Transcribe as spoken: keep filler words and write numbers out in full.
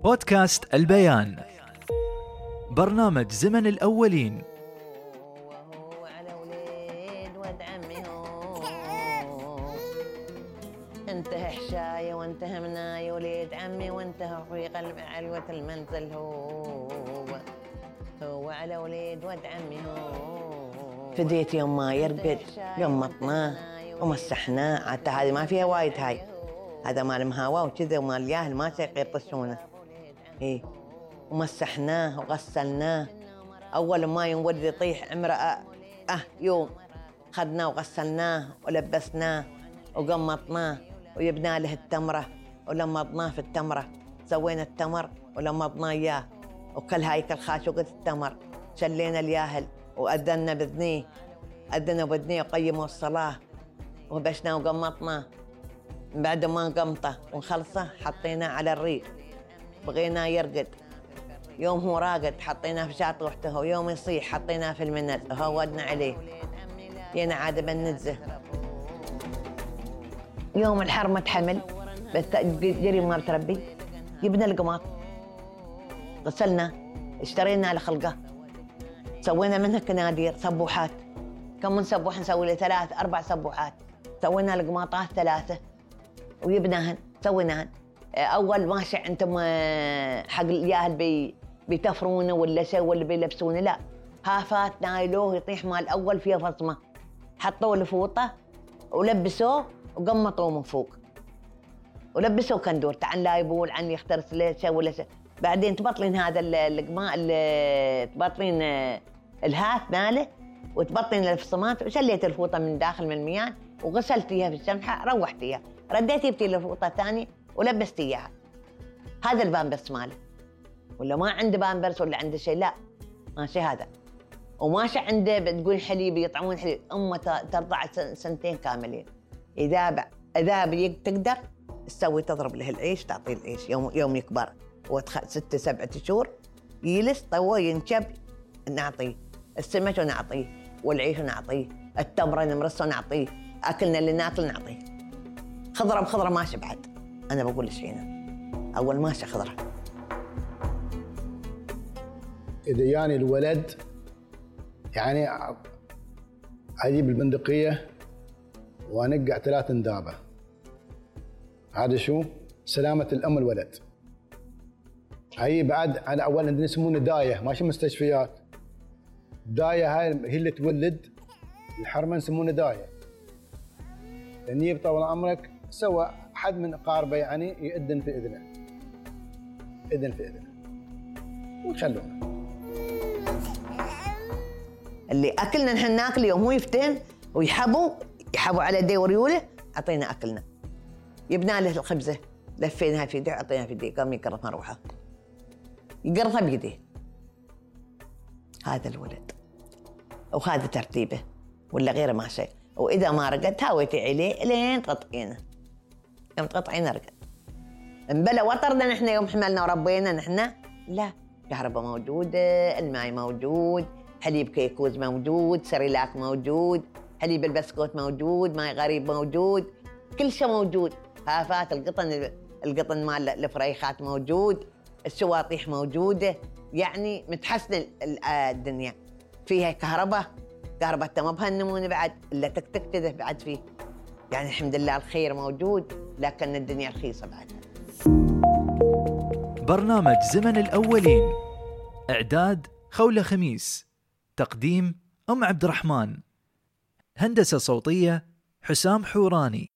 بودكاست البيان، برنامج زمن الأولين. انتهى حشاية وانتهى مناي وليد عمي وانتهى في قلب علوة المنزل هو هو على وليد ولد عمي هو. فديت يوم ما يرقد قمطناه ومسحناه، حتى هذه ما فيها وايد، هاي هذا مال مهاوى وكذا ومال ياهل ما يطشونه. ايه ومسحناه وغسلناه. اول ما ينولد يطيح عمره اه يوم خدناه وغسلناه ولبسناه وقمطناه ويبنا له التمرة ولمضناه في التمرة، سوينا التمر ولمضناه إياه وكل هاي كل خاشوقة التمر. شلينا الياهل وأذنا بذنيه، أذنا بذنيه وقيموا الصلاة وبشنا وقمطناه. بعد ما نقمطه ونخلصه حطيناه على الريق، بغينا يرقد. يوم هو راقد حطيناه في شاطوحته، ويوم يصيح حطيناه في المنز وهودنا عليه ينا عاد بننزه. يوم الحرمة حمل بس جري ما بتربي جبنا القماط غسلنا، اشترينا على خلقه، سوينا منها كنادير سبوحات. كم من سبوح نسوي له ثلاث أربع سبوحات. سوينا القماطات ثلاثة ويبناهن سويناهن. أول ماشي أنتم حق الياهل بي بيتفرونه ولا شيء ولا بيلبسونه، لا هافات نايلوه يطيح مال الأول فيها فصمة، حطوه لفوطة ولبسوه وقمطوه من فوق ولبسوه كندور. تعال لا يبول عن يخترس له شيء ولا شيء. بعدين تبطلين هذا القماء، تبطلين الهاث ماله وتبطلين الفصمات وشليت الفوطة من داخل من المياه وغسلتيها في الشمحة، روحتيها رديتي بتي الفوطة ثاني ولبستيها. هذا البامبرس ماله. ولا ما عنده بامبرس ولا عنده شيء، لا ماشي هذا. وماشي عنده بتقول حليب يطعمون حليب، أمه ترضع سنتين كاملين. إذا ب... إذا بتقدر تسوي تضرب له العيش تعطيه العيش يوم يوم يكبر وتخ... ستة سبعة شهور يلس طوى ينشب نعطيه السمك ونعطيه والعيش نعطيه التمرة نمرسه نعطيه أكلنا اللي ناكل نعطيه. خضرة بخضرة ماشي بعد. أنا بقول لك هنا أول ماشي خضرة. إذا يعني الولد يعني أجيب البندقية وأنقع ثلاث ندابة، هذا شو؟ سلامة الأم والولد. هاي بعد على أول عندنا يسمونه داية، ماشي مستشفيات. داية هاي هي اللي تولد الحرمة يسمونه داية، لأن يبطى طول عمرك سوى حد من أقاربه يعني يأذن في إذنه، إذن في إذنه ويخلونه. اللي أكلنا نحن ناكل يوم هو يفتن ويحبوا يحبوا على يديه وريوله، أعطينا أكلنا. يبنى له الخبزة لفيناها في يديه أعطيناها في يديه، قام يقرط مروحة يقرطها بيديه. هذا الولد وهذا ترتيبه ولا غيره ما شيء. وإذا ما رقد هاويتي عليه لين تقطعينه، يوم تقطعينه رقد. مبلا وطرنا نحن يوم حملنا وربينا نحن، لا كهرباء موجودة، الماء موجود، حليب كيكوز موجود، سريلاك موجود، حليب البسكوت موجود، ماي غريب موجود، كل شيء موجود. هافات القطن القطن مال الفريخات موجود، الشواطيح موجودة. يعني متحسن الدنيا فيها كهرباء. كهرباء ما بهالنمونة بعد إلا تكتك كذا بعد فيه. يعني الحمد لله الخير موجود، لكن الدنيا رخيصة بعد. برنامج زمن الأولين، إعداد خولة خميس، تقديم أم عبد الرحمن، هندسة صوتية حسام حوراني.